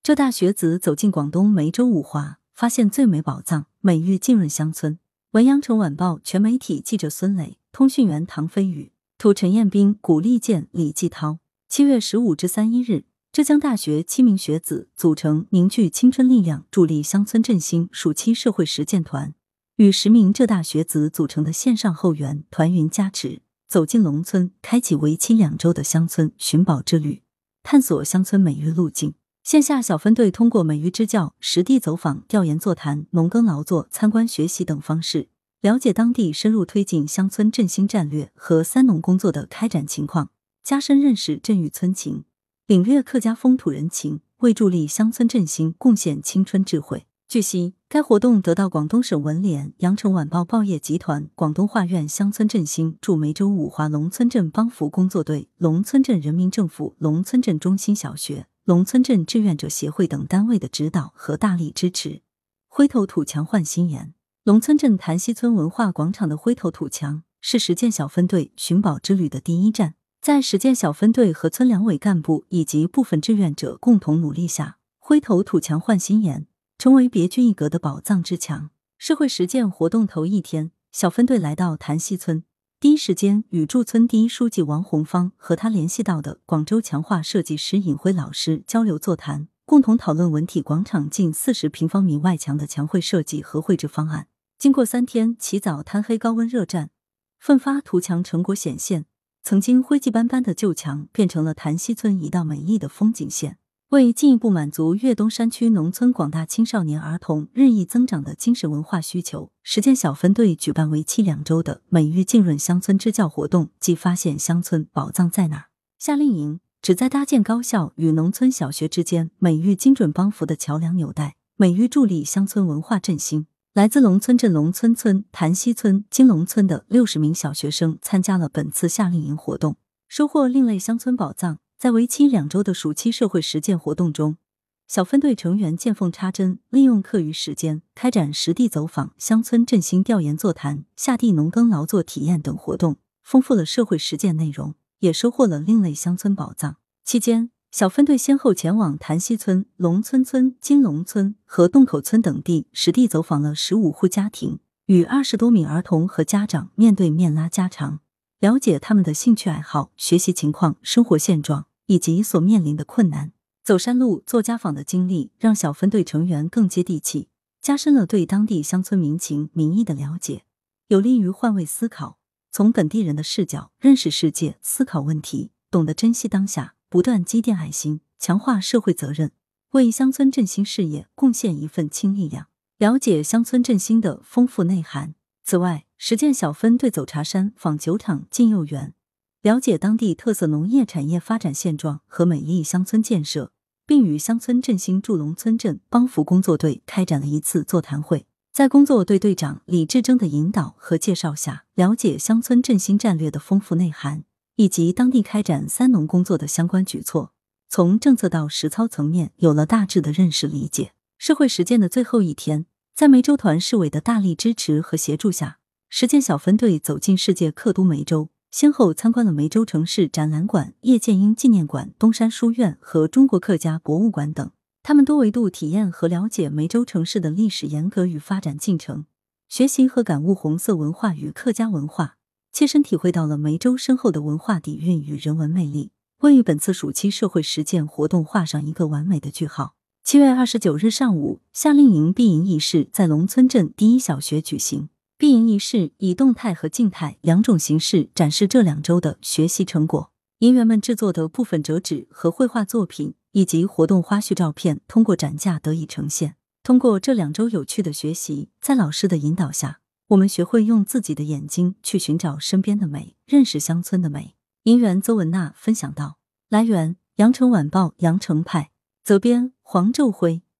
浙大学子走进广东梅州五华，发现最美宝藏，美玉浸润乡村。文阳城晚报全媒体记者孙磊，通讯员唐飞宇，图陈彦斌、古立健、李继涛。7月15至31日，浙江大学7名学子组成凝聚青春力量助力乡村振兴暑期社会实践团，与10名浙大学子组成的线上后援团云加持，走进农村，开启为期2周的乡村寻宝之旅，探索乡村美育路径。线下小分队通过美育支教、实地走访、调研座谈、农耕劳作、参观学习等方式，了解当地深入推进乡村振兴战略和三农工作的开展情况，加深认识镇域村情，领略客家风土人情，为助力乡村振兴贡献青春智慧。据悉，该活动得到广东省文联、羊城晚报报业集团、广东画院乡村振兴驻梅州五华农村镇帮扶工作队、农村镇人民政府农村镇中心小学、农村镇志愿者协会等单位的指导和大力支持。灰头土墙焕新颜。龙村镇潭溪村文化广场的灰头土墙是实践小分队寻宝之旅的第一站。在实践小分队和村两委干部以及部分志愿者共同努力下，灰头土墙焕新颜，成为别具一格的宝藏之墙。社会实践活动头一天，小分队来到潭溪村，第一时间与驻村第一书记王红芳和他联系到的广州强化设计师尹辉老师交流座谈，共同讨论文体广场近40平方米外墙的墙绘设计和绘制方案。经过3天起早贪黑高温热战，奋发图强成果显现，曾经灰迹斑斑的旧墙变成了潭溪村一道美丽的风景线。为进一步满足粤东山区农村广大青少年儿童日益增长的精神文化需求，实践小分队举办为期2周的美育浸润乡村支教活动，即发现乡村宝藏在哪儿。夏令营旨在搭建高校与农村小学之间美育精准帮扶的桥梁纽带，美育助力乡村文化振兴。来自龙村镇龙村村、潭溪村、金龙村的60名小学生参加了本次夏令营活动，收获另类乡村宝藏。在为期2周的暑期社会实践活动中，小分队成员见缝插针，利用课余时间开展实地走访、乡村振兴调研座谈、下地农耕劳作体验等活动，丰富了社会实践内容，也收获了另类乡村宝藏。期间，小分队先后前往潭溪村、龙村村、金龙村和洞口村等地，实地走访了15户家庭，与20多名儿童和家长面对面拉家常，了解他们的兴趣爱好、学习情况、生活现状以及所面临的困难。走山路、做家访的经历让小分队成员更接地气，加深了对当地乡村民情民意的了解，有利于换位思考，从本地人的视角认识世界、思考问题，懂得珍惜当下，不断积淀爱心，强化社会责任，为乡村振兴事业贡献一份轻力量，了解乡村振兴的丰富内涵。此外，实践小分队走茶山、访酒厂、进幼园，了解当地特色农业产业发展现状和美丽乡村建设，并与乡村振兴驻龙村镇帮扶工作队开展了一次座谈会。在工作队队长李志征的引导和介绍下，了解乡村振兴战略的丰富内涵，以及当地开展三农工作的相关举措，从政策到实操层面有了大致的认识理解。社会实践的最后一天，在梅州团市委的大力支持和协助下，实践小分队走进世界客都梅州，先后参观了梅州城市展览馆、叶剑英纪念馆、东山书院和中国客家博物馆等。他们多维度体验和了解梅州城市的历史沿革与发展进程，学习和感悟红色文化与客家文化，切身体会到了梅州深厚的文化底蕴与人文魅力，为本次暑期社会实践活动画上一个完美的句号。7月29日上午，夏令营闭营仪式在龙村镇第一小学举行。闭营仪式以动态和静态2种形式展示这2周的学习成果。营员们制作的部分折纸和绘画作品以及活动花絮照片通过展架得以呈现。通过这2周有趣的学习，在老师的引导下，我们学会用自己的眼睛去寻找身边的美，认识乡村的美。营员邹文娜分享道。来源：羊城晚报羊城派，责编黄昼辉。